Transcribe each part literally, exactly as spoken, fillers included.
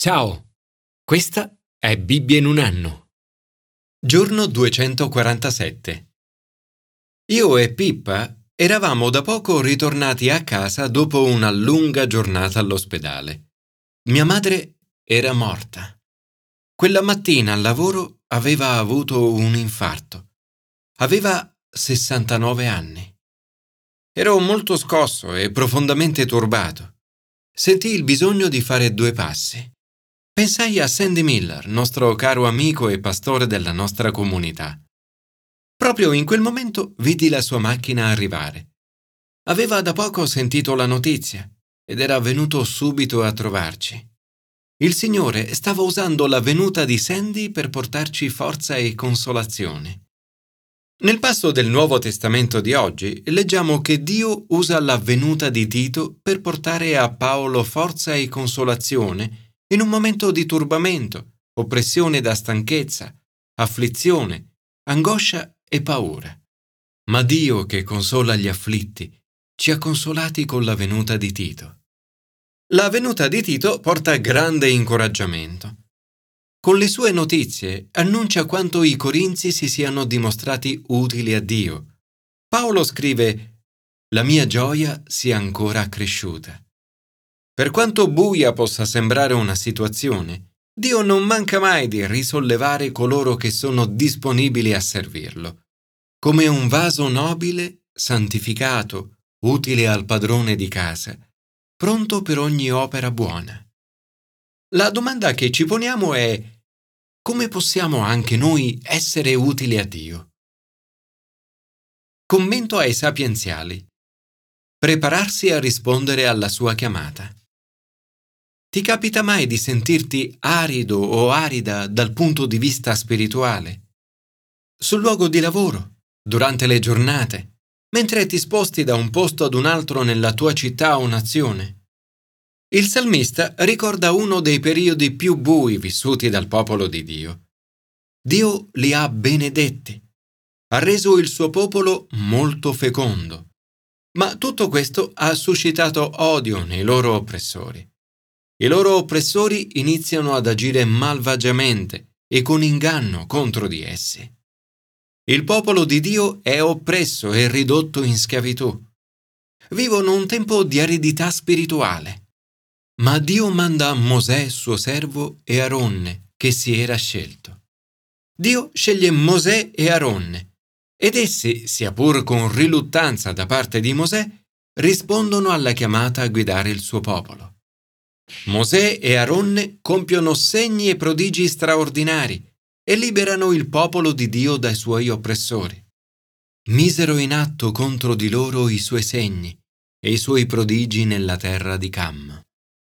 Ciao, questa è Bibbia in un anno. Giorno duecentoquarantasette. Io e Pippa eravamo da poco ritornati a casa dopo una lunga giornata all'ospedale. Mia madre era morta. Quella mattina al lavoro aveva avuto un infarto. Aveva sessantanove anni. Ero molto scosso e profondamente turbato. Sentii il bisogno di fare due passi. Pensai a Sandy Miller, nostro caro amico e pastore della nostra comunità. Proprio in quel momento vidi la sua macchina arrivare. Aveva da poco sentito la notizia ed era venuto subito a trovarci. Il Signore stava usando la venuta di Sandy per portarci forza e consolazione. Nel passo del Nuovo Testamento di oggi leggiamo che Dio usa la venuta di Tito per portare a Paolo forza e consolazione in un momento di turbamento, oppressione da stanchezza, afflizione, angoscia e paura. Ma Dio, che consola gli afflitti, ci ha consolati con la venuta di Tito. La venuta di Tito porta grande incoraggiamento. Con le sue notizie annuncia quanto i Corinzi si siano dimostrati utili a Dio. Paolo scrive: «La mia gioia sia ancora cresciuta». Per quanto buia possa sembrare una situazione, Dio non manca mai di risollevare coloro che sono disponibili a servirlo. Come un vaso nobile, santificato, utile al padrone di casa, pronto per ogni opera buona. La domanda che ci poniamo è: come possiamo anche noi essere utili a Dio? Commento ai sapienziali. Prepararsi a rispondere alla sua chiamata. Ti capita mai di sentirti arido o arida dal punto di vista spirituale? Sul luogo di lavoro, durante le giornate, mentre ti sposti da un posto ad un altro nella tua città o nazione? Il salmista ricorda uno dei periodi più bui vissuti dal popolo di Dio. Dio li ha benedetti, ha reso il suo popolo molto fecondo, ma tutto questo ha suscitato odio nei loro oppressori. I loro oppressori iniziano ad agire malvagiamente e con inganno contro di essi. Il popolo di Dio è oppresso e ridotto in schiavitù. Vivono un tempo di aridità spirituale. Ma Dio manda Mosè, suo servo, e Aronne, che si era scelto. Dio sceglie Mosè e Aronne, ed essi, sia pur con riluttanza da parte di Mosè, rispondono alla chiamata a guidare il suo popolo. Mosè e Aronne compiono segni e prodigi straordinari e liberano il popolo di Dio dai suoi oppressori. Misero in atto contro di loro i suoi segni e i suoi prodigi nella terra di Cam.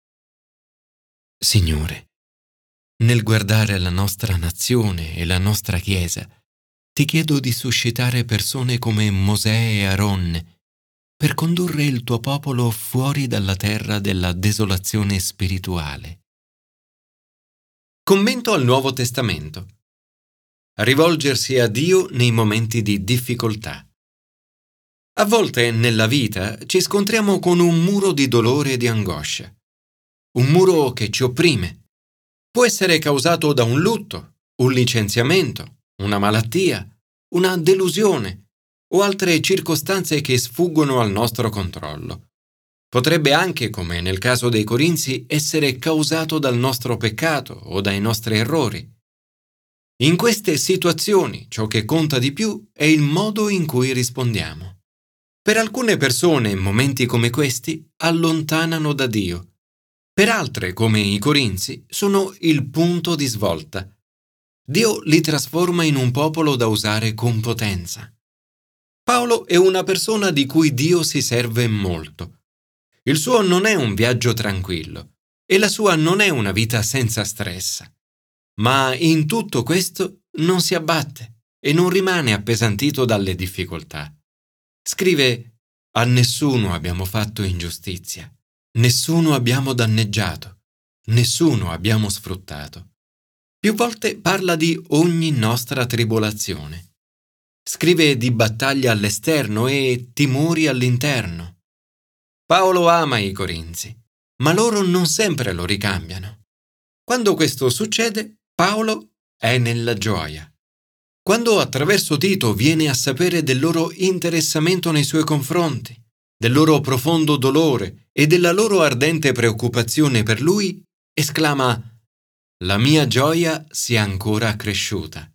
Signore, nel guardare la nostra nazione e la nostra Chiesa, ti chiedo di suscitare persone come Mosè e Aronne per condurre il tuo popolo fuori dalla terra della desolazione spirituale. Commento al Nuovo Testamento. Rivolgersi a Dio nei momenti di difficoltà. A volte nella vita ci scontriamo con un muro di dolore e di angoscia. Un muro che ci opprime. Può essere causato da un lutto, un licenziamento, una malattia, una delusione o altre circostanze che sfuggono al nostro controllo. Potrebbe anche, come nel caso dei Corinzi, essere causato dal nostro peccato o dai nostri errori. In queste situazioni ciò che conta di più è il modo in cui rispondiamo. Per alcune persone momenti come questi allontanano da Dio. Per altre, come i Corinzi, sono il punto di svolta. Dio li trasforma in un popolo da usare con potenza. Paolo è una persona di cui Dio si serve molto. Il suo non è un viaggio tranquillo e la sua non è una vita senza stress. Ma in tutto questo non si abbatte e non rimane appesantito dalle difficoltà. Scrive: «A nessuno abbiamo fatto ingiustizia, nessuno abbiamo danneggiato, nessuno abbiamo sfruttato». Più volte parla di ogni nostra tribolazione. Scrive di battaglia all'esterno e timori all'interno. Paolo ama i Corinzi, ma loro non sempre lo ricambiano. Quando questo succede, Paolo è nella gioia. Quando attraverso Tito viene a sapere del loro interessamento nei suoi confronti, del loro profondo dolore e della loro ardente preoccupazione per lui, esclama: «La mia gioia si è ancora accresciuta».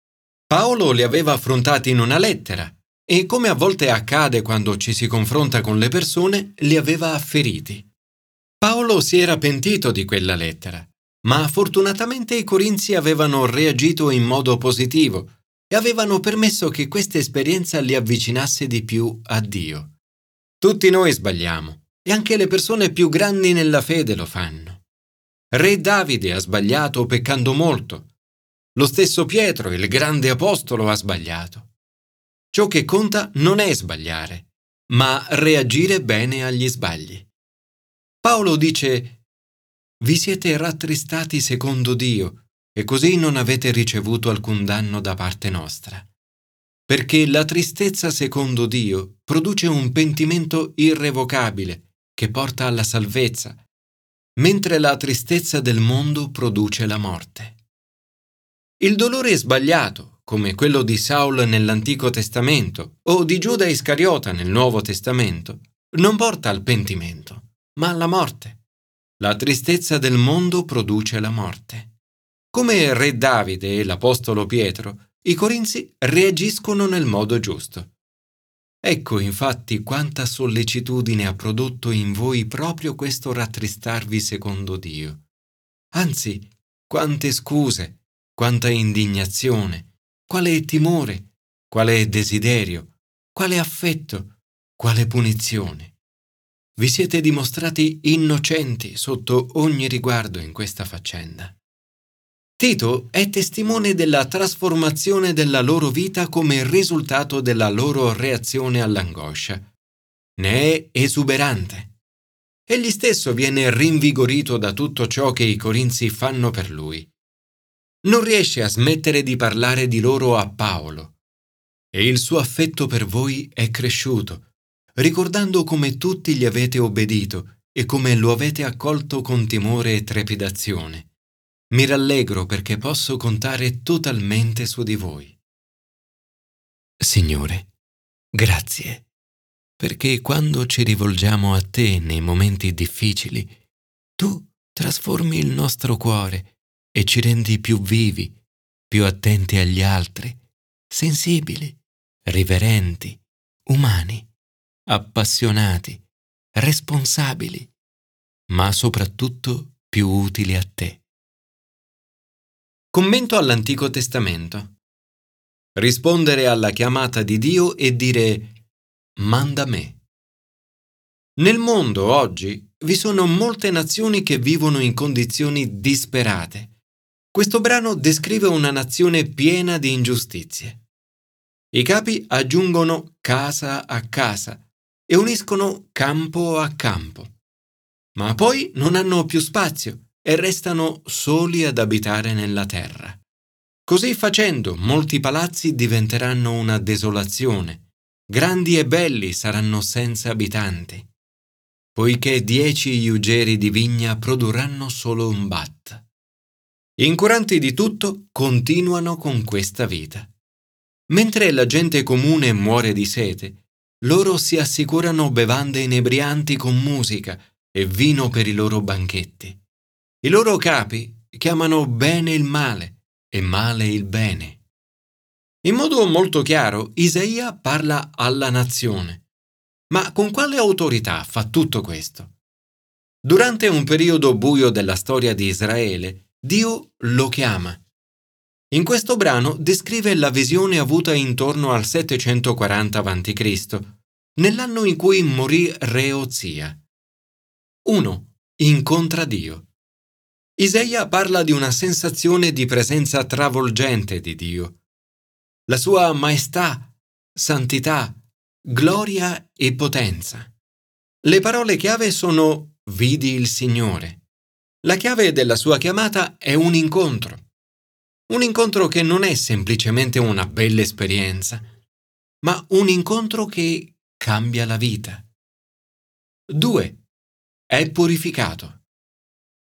Paolo li aveva affrontati in una lettera e, come a volte accade quando ci si confronta con le persone, li aveva feriti. Paolo si era pentito di quella lettera, ma fortunatamente i corinzi avevano reagito in modo positivo e avevano permesso che questa esperienza li avvicinasse di più a Dio. Tutti noi sbagliamo e anche le persone più grandi nella fede lo fanno. Re Davide ha sbagliato peccando molto. Lo stesso Pietro, il grande apostolo, ha sbagliato. Ciò che conta non è sbagliare, ma reagire bene agli sbagli. Paolo dice: «Vi siete rattristati secondo Dio e così non avete ricevuto alcun danno da parte nostra. Perché la tristezza secondo Dio produce un pentimento irrevocabile che porta alla salvezza, mentre la tristezza del mondo produce la morte». Il dolore sbagliato, come quello di Saul nell'Antico Testamento o di Giuda Iscariota nel Nuovo Testamento, non porta al pentimento, ma alla morte. La tristezza del mondo produce la morte. Come Re Davide e l'Apostolo Pietro, i corinzi reagiscono nel modo giusto. Ecco infatti quanta sollecitudine ha prodotto in voi proprio questo rattristarvi secondo Dio. Anzi, quante scuse, quanta indignazione, quale timore, quale desiderio, quale affetto, quale punizione. Vi siete dimostrati innocenti sotto ogni riguardo in questa faccenda. Tito è testimone della trasformazione della loro vita come risultato della loro reazione all'angoscia. Ne è esuberante. Egli stesso viene rinvigorito da tutto ciò che i corinzi fanno per lui. Non riesce a smettere di parlare di loro a Paolo e il suo affetto per voi è cresciuto, ricordando come tutti gli avete obbedito e come lo avete accolto con timore e trepidazione. Mi rallegro perché posso contare totalmente su di voi. Signore, grazie, perché quando ci rivolgiamo a te nei momenti difficili, tu trasformi il nostro cuore e ci rendi più vivi, più attenti agli altri, sensibili, riverenti, umani, appassionati, responsabili, ma soprattutto più utili a te. Commento all'Antico Testamento. Rispondere alla chiamata di Dio e dire: «Manda me». Nel mondo oggi vi sono molte nazioni che vivono in condizioni disperate. Questo brano descrive una nazione piena di ingiustizie. I capi aggiungono casa a casa e uniscono campo a campo, ma poi non hanno più spazio e restano soli ad abitare nella terra. Così facendo, molti palazzi diventeranno una desolazione, grandi e belli saranno senza abitanti, poiché dieci iugeri di vigna produrranno solo un bat. Incuranti di tutto, continuano con questa vita. Mentre la gente comune muore di sete, loro si assicurano bevande inebrianti con musica e vino per i loro banchetti. I loro capi chiamano bene il male e male il bene. In modo molto chiaro, Isaia parla alla nazione. Ma con quale autorità fa tutto questo? Durante un periodo buio della storia di Israele, Dio lo chiama. In questo brano descrive la visione avuta intorno al settecentoquaranta avanti Cristo, nell'anno in cui morì re Ozia. uno. Incontra Dio. Isaia parla di una sensazione di presenza travolgente di Dio. La sua maestà, santità, gloria e potenza. Le parole chiave sono «vidi il Signore». La chiave della sua chiamata è un incontro. Un incontro che non è semplicemente una bella esperienza, ma un incontro che cambia la vita. due. È purificato.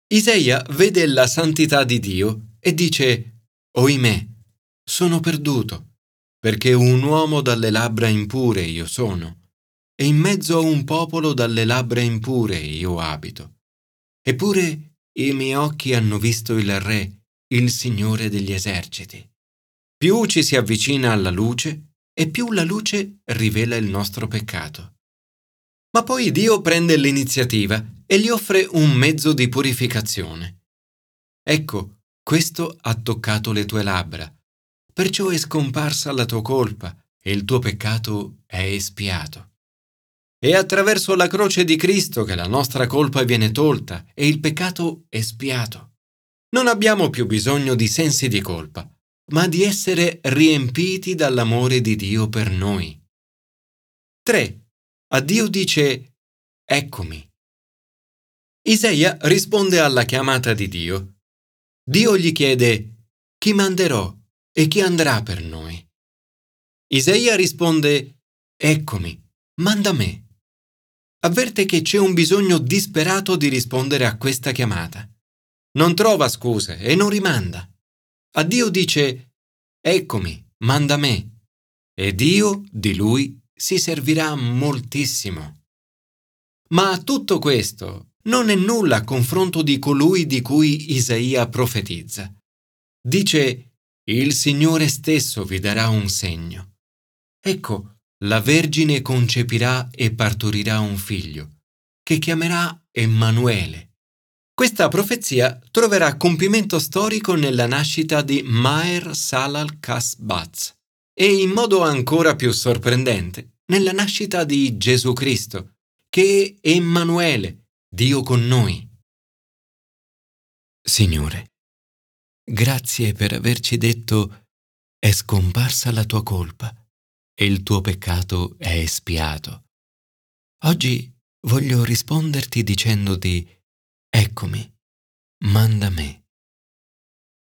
Isaia vede la santità di Dio e dice: Oimè, sono perduto, perché un uomo dalle labbra impure io sono, e in mezzo a un popolo dalle labbra impure io abito. Eppure i miei occhi hanno visto il Re, il Signore degli eserciti. Più ci si avvicina alla luce, e più la luce rivela il nostro peccato. Ma poi Dio prende l'iniziativa e gli offre un mezzo di purificazione. Ecco, questo ha toccato le tue labbra, perciò è scomparsa la tua colpa e il tuo peccato è espiato. È attraverso la croce di Cristo che la nostra colpa viene tolta e il peccato espiato. Non abbiamo più bisogno di sensi di colpa, ma di essere riempiti dall'amore di Dio per noi. tre. A Dio dice: Eccomi. Isaia risponde alla chiamata di Dio. Dio gli chiede: Chi manderò e chi andrà per noi? Isaia risponde: Eccomi, manda me. Avverte che c'è un bisogno disperato di rispondere a questa chiamata. Non trova scuse e non rimanda. A Dio dice: Eccomi, manda me. E Dio di lui si servirà moltissimo. Ma tutto questo non è nulla a confronto di colui di cui Isaia profetizza. Dice: Il Signore stesso vi darà un segno. Ecco, la Vergine concepirà e partorirà un figlio, che chiamerà Emanuele. Questa profezia troverà compimento storico nella nascita di Maher Salal Kasbaz e in modo ancora più sorprendente nella nascita di Gesù Cristo, che è Emanuele, Dio con noi. Signore, grazie per averci detto: è scomparsa la tua colpa e il tuo peccato è espiato. Oggi voglio risponderti dicendoti: Eccomi, manda me.